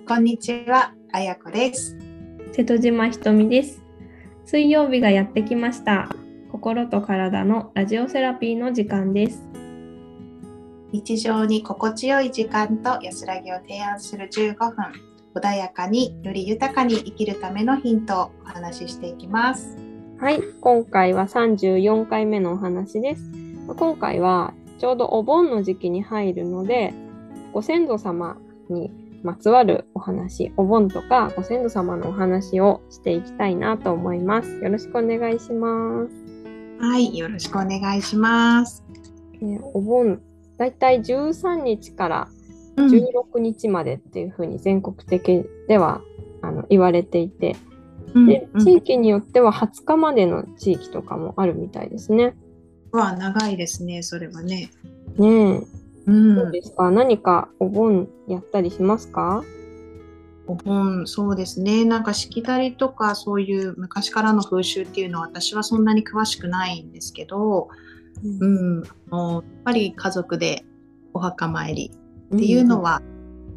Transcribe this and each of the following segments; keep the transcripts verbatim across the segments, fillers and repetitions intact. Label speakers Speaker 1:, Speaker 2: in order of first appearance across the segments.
Speaker 1: こんにちは、あやこです。
Speaker 2: 瀬戸島ひとみです。水曜日がやってきました。心と体のラジオセラピーの時間です。
Speaker 1: 日常に心地よい時間と安らぎを提案するじゅうごふん、穏やかにより豊かに生きるためのヒントをお話ししていきます。
Speaker 2: はい、今回はさんじゅうよんかいめのお話です。今回はちょうどお盆の時期に入るので、ご先祖様にまつわるお話、お盆とかご先祖様のお話をしていきたいなと思います。よろしくお願いします。
Speaker 1: はい、よろしくお願いします。
Speaker 2: えー、お盆、だいたいじゅうさんにちからじゅうろくにちまでっていうふうに全国的ではあの言われていて、で、地域によってははつかまでの地域とかもあるみたいですね。
Speaker 1: うわ、長いですね、それはね。
Speaker 2: ねえ、
Speaker 1: うん、
Speaker 2: どうですか？何かお盆やったりしますか？
Speaker 1: お盆、そうですね。なんかしきたりとかそういう昔からの風習っていうのは私はそんなに詳しくないんですけど、うん、あのやっぱり家族でお墓参りっていうのは、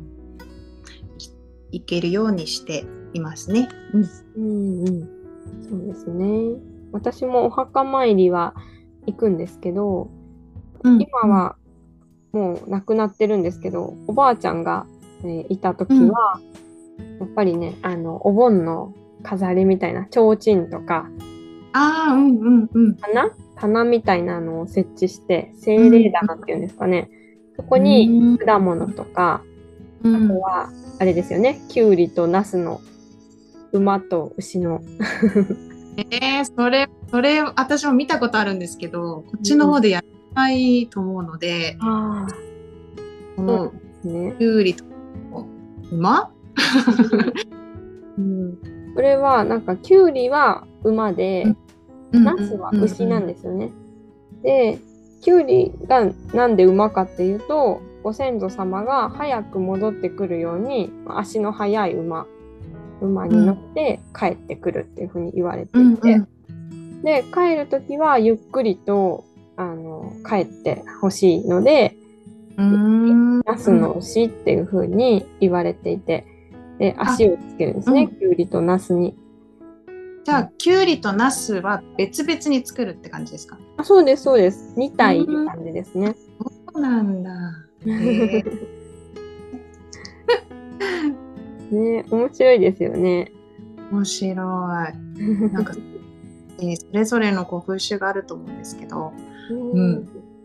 Speaker 1: 行けるようにしていますね。
Speaker 2: うんうんうん、そうですね。私もお墓参りは行くんですけど、うん、今はもう亡くなってるんですけど、おばあちゃんが、えー、いた時は、うん、やっぱりね、あのお盆の飾りみたいな提灯とか、
Speaker 1: あー、うんうんうん、
Speaker 2: 棚棚みたいなのを設置して、精霊棚っていうんですかね、そこに果物とか、うん、あとはあれですよね、きゅうりとナスの馬と牛の
Speaker 1: えー、それそれ私も見たことあるんですけど、こっちの方でやらないと思うので、うん、あこのきゅうりと馬、
Speaker 2: うん、これはなんかきゅうりは馬で、うん、ナスは牛なんですよね。うん、で、きゅうりがなんで馬かっていうと、ご先祖様が早く戻ってくるように足の速い馬馬に乗って帰ってくるっていうふうに言われていて、うんうん、で帰るときはゆっくりとあの帰ってほしいので、ナスの牛っていうふうに言われていて、で足をつけるんですね、きゅうりとナスに。
Speaker 1: じゃあきゅうりとナスは別々に作るって感じですか？
Speaker 2: あ、そうですそうです。にたいいる感じですね。
Speaker 1: そうなんだ。へー
Speaker 2: ね、面白いですよね。
Speaker 1: 面白い。なんかそれぞれのこう風習があると思うんですけど、うん。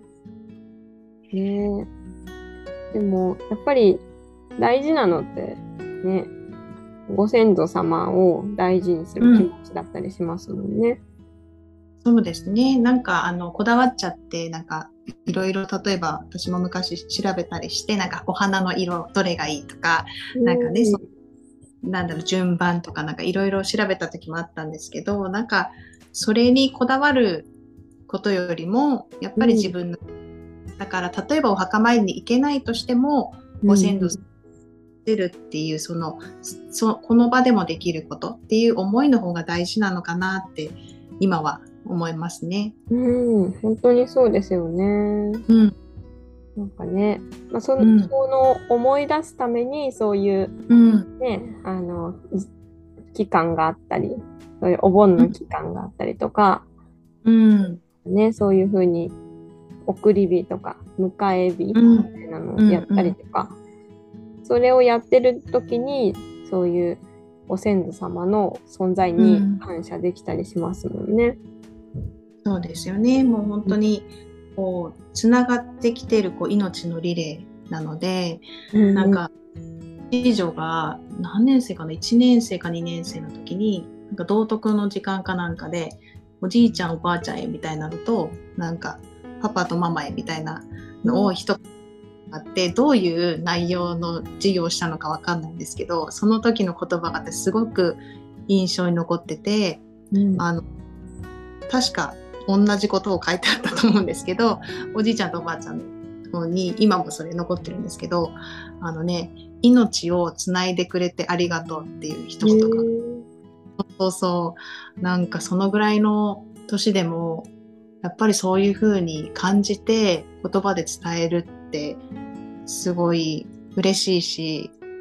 Speaker 2: ね、でもやっぱり大事なのってね、ご先祖様を大事にする気持ちだったりしますもんね。
Speaker 1: うん、そうですね。なんかあのこだわっちゃってなんかいろいろ、例えば私も昔調べたりして、なんかお花の色どれがいいとか、なんかね、そなんだろう順番とかなんかいろいろ調べた時もあったんですけど、なんかそれにこだわることよりもやっぱり自分の、うん、だから例えばお墓参りに行けないとしても、うん、ご先祖様出るっていうそのそこの場でもできることっていう思いの方が大事なのかなって今は思いますね。
Speaker 2: うん、本当にそうですよね。うん、なんかね、まあ、その、うん、その思い出すためにそういう、うん、ね、あの期間があったり、そういうお盆の期間があったりとか、うんね、そういう風に送り火とか迎え火みたいなのをやったりとか、うんうん、それをやってる時にそういうご先祖様の存在に感謝できたりしますもんね。
Speaker 1: うん、そうですよね。もう本当にこうつながってきているこう命のリレーなので、うん、なんか次女が何年生かな、いちねん生かにねん生の時になんか道徳の時間かなんかでおじいちゃんおばあちゃんへみたいなのとなんかパパとママへみたいなのを一言あって、どういう内容の授業をしたのか分かんないんですけど、その時の言葉がすごく印象に残ってて、うん、あの確か同じことを書いてあったと思うんですけど、おじいちゃんとおばあちゃんの方に今もそれ残ってるんですけど、あのね、命をつないでくれてありがとうっていう一言が、そうそう、なんかそのぐらいの年でもやっぱりそういう風に感じて言葉で伝えるってすごい嬉しいし、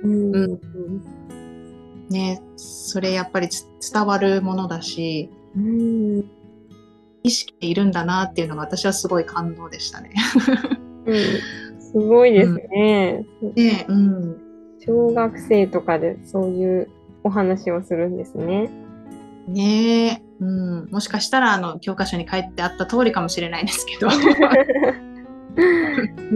Speaker 2: うん、
Speaker 1: うんね、それやっぱり伝わるものだし、
Speaker 2: うん、
Speaker 1: 意識でいるんだなっていうのが私はすごい感動でしたね。
Speaker 2: うん、すごいですね。
Speaker 1: うん、で、うん、
Speaker 2: 小学生とかでそういうお話をするんですね。
Speaker 1: ねえ、うん、もしかしたらあの教科書に書いてあった通りかもしれないんですけど。
Speaker 2: うん、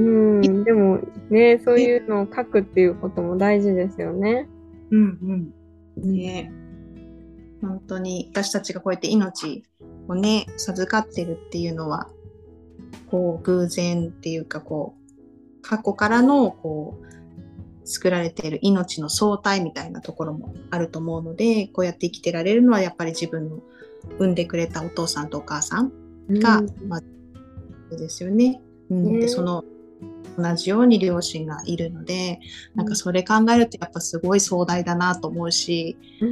Speaker 2: でもね、そういうのを書くっていうことも大事ですよね。
Speaker 1: うんうん。ねえ、本当に私たちがこうやって命をね、授かってるっていうのは、こう偶然っていうか、こう、過去からのこう、作られている命の総体みたいなところもあると思うので、こうやって生きてられるのはやっぱり自分の産んでくれたお父さんとお母さんが、うん、まあ、ですよね。うん、でその同じように両親がいるので、なんかそれ考えるとやっぱすごい壮大だなと思うし、
Speaker 2: うん、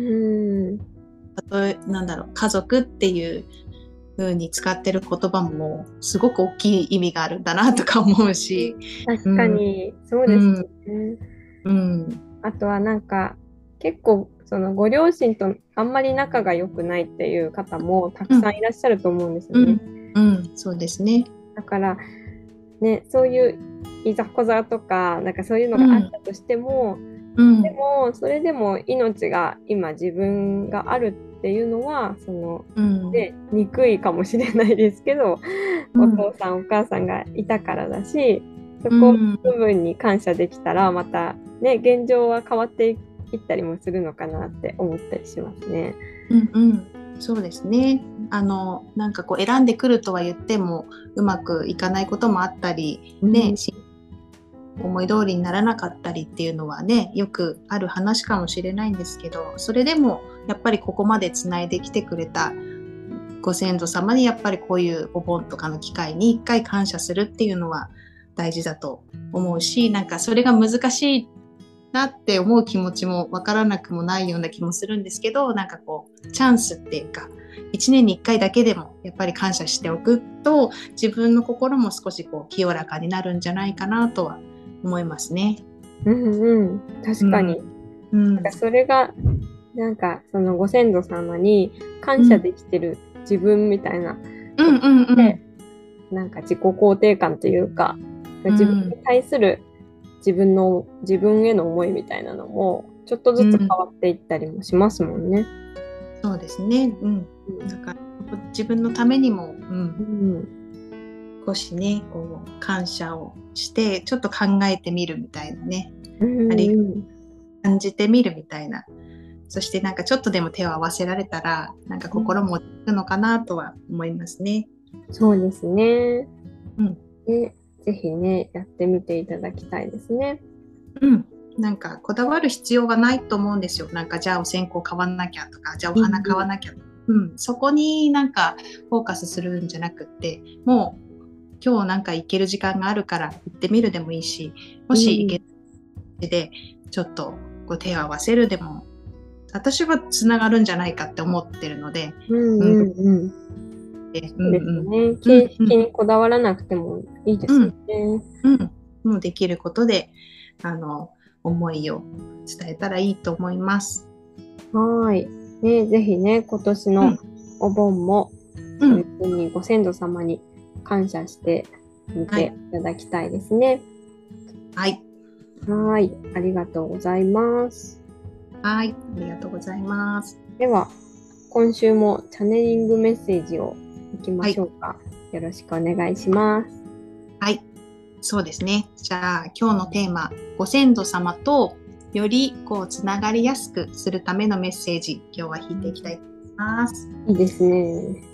Speaker 1: 例えなんだろう、家族っていう風に使ってる言葉もすごく大きい意味があるんだなとか思うし、
Speaker 2: 確かにそうですね。
Speaker 1: うんうん、
Speaker 2: あとはなんか結構そのご両親とあんまり仲が良くないっていう方もたくさんいらっしゃると思うんですよね。
Speaker 1: うん、うん、そうですね。
Speaker 2: だからね、そういういざこざとかなんかそういうのがあったとしても、うん、でもそれでも命が今自分があるっていうのはその、うん、で憎いかもしれないですけど、うん、お父さんお母さんがいたからだし、そこの部分に感謝できたらまたね現状は変わっていったりもするのかなって思ったりしますね。
Speaker 1: うんうん、そうですね。あのなんかこう選んでくるとは言ってもうまくいかないこともあったり、ね、うん、思い通りにならなかったりっていうのはねよくある話かもしれないんですけど、それでもやっぱりここまでつないできてくれたご先祖様にやっぱりこういうお盆とかの機会に一回感謝するっていうのは大事だと思うし、なんかそれが難しいなって思う気持ちも分からなくもないような気もするんですけど、なんかこうチャンスっていうかいちねんにいっかいだけでもやっぱり感謝しておくと自分の心も少しこう清らかになるんじゃないかなとは思いますね。
Speaker 2: うんうん、確かに、うん、なんかそれがなんかそのご先祖様に感謝できてる自分みたいな、
Speaker 1: うんうんうん、
Speaker 2: なんか自己肯定感というか、自分に対する自分の自分への思いみたいなのもちょっとずつ変わっていったりもしますもんね。うん、
Speaker 1: そうですね。うん。だから自分のためにも、うんうん、少しねこう感謝をしてちょっと考えてみるみたいなね、うん、あり感じてみるみたいな。そしてなんかちょっとでも手を合わせられたらなんか心も落ち着くのかなとは思いますね。
Speaker 2: そうですね。うん。でぜひねやってみていただきたいですね。
Speaker 1: うん。なんかこだわる必要がないと思うんですよ。なんかじゃあお線香買わなきゃとか、じゃあお花買わなきゃ、うん、うん、そこになんかフォーカスするんじゃなくって、もう今日なんか行ける時間があるから行ってみるでもいいし、もし行けるでちょっとこう手を合わせるでも私はつながるんじゃないかって思ってるので、
Speaker 2: うんうんうん。そうですね。形式にこだわらなくてもいいですよね。
Speaker 1: うんうん、もうできることであの思いを伝えたらいいと思います。
Speaker 2: はい、ね、ぜひね今年のお盆も、うん、そういうふうにご先祖様に感謝してみていただきたいですね。
Speaker 1: はい。
Speaker 2: はい、ありがとうございます。
Speaker 1: はい、ありがとうございます。
Speaker 2: では今週もチャネリングメッセージをいきましょうか。はい、よろしくお願いします。
Speaker 1: はい。そうですね。じゃあ今日のテーマ、ご先祖様とよりこうつながりやすくするためのメッセージ、今日は引いていきたいと思います。
Speaker 2: いいですね。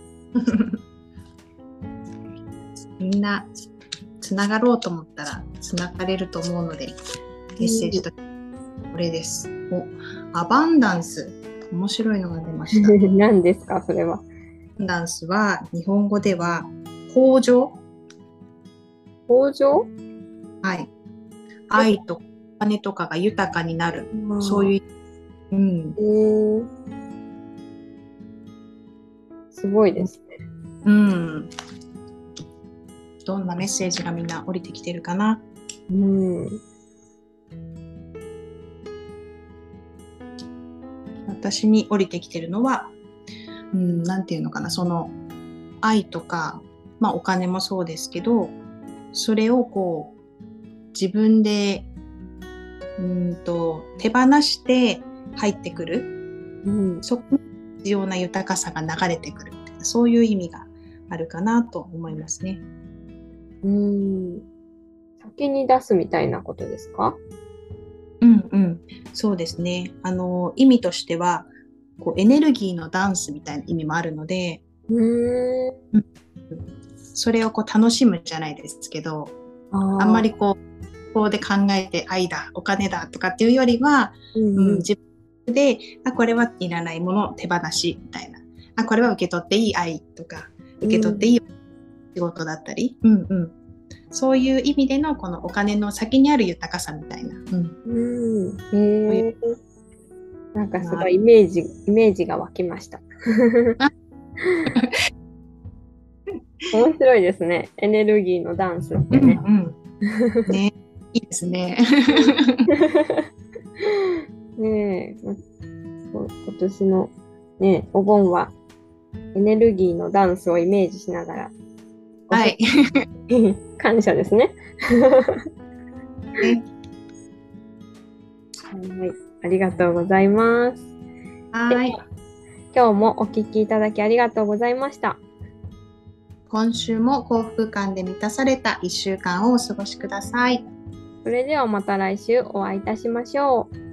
Speaker 1: みんなつながろうと思ったらつながれると思うので、メッセージとこれです。お、アバンダンス。面白いのが出ました。
Speaker 2: 何ですかそれは。
Speaker 1: アバンダンスは日本語では豊穣。
Speaker 2: 豊穣？
Speaker 1: はい。愛とお金とかが豊かになる。そういう。うん。えー、
Speaker 2: すごいですね。
Speaker 1: うん。どんなメッセージがみんな降りてきてるかな。うん。 私に降りてきてるのは、うん、なんていうのかな、その愛とか、まあお金もそうですけど、それをこう自分でうんと手放して入ってくる、うん、そこに必要な豊かさが流れてくる、そういう意味があるかなと思いますね。
Speaker 2: うーん、先に出すみたいなことですか？
Speaker 1: うんうん、そうですね。あの意味としてはこうエネルギーのダンスみたいな意味もあるので、
Speaker 2: うーん、
Speaker 1: うん、それをこう楽しむじゃないですけど、あんまりこうこうで考えて愛だお金だとかっていうよりは、うんうん、自分であこれはいらないもの手放しみたいな、あこれは受け取っていい愛とか受け取っていい仕事だったり、うんうん、そういう意味でのこのお金の先にある豊かさみたいな、うん
Speaker 2: うん、へえ、なんかすごいイメージイメージが湧きました。面白いですね。エネルギーのダンスってね。
Speaker 1: うんうん、ね、いいですね。
Speaker 2: ねえ、今年のねお盆はエネルギーのダンスをイメージしながら、
Speaker 1: はい、
Speaker 2: 感謝ですね。
Speaker 1: ね、
Speaker 2: はい、ありがとうございます。
Speaker 1: はい。
Speaker 2: 今日もお聞きいただきありがとうございました。
Speaker 1: 今週も幸福感で満たされたいっしゅうかんをお過ごしください。
Speaker 2: それではまた来週お会いいたしましょう。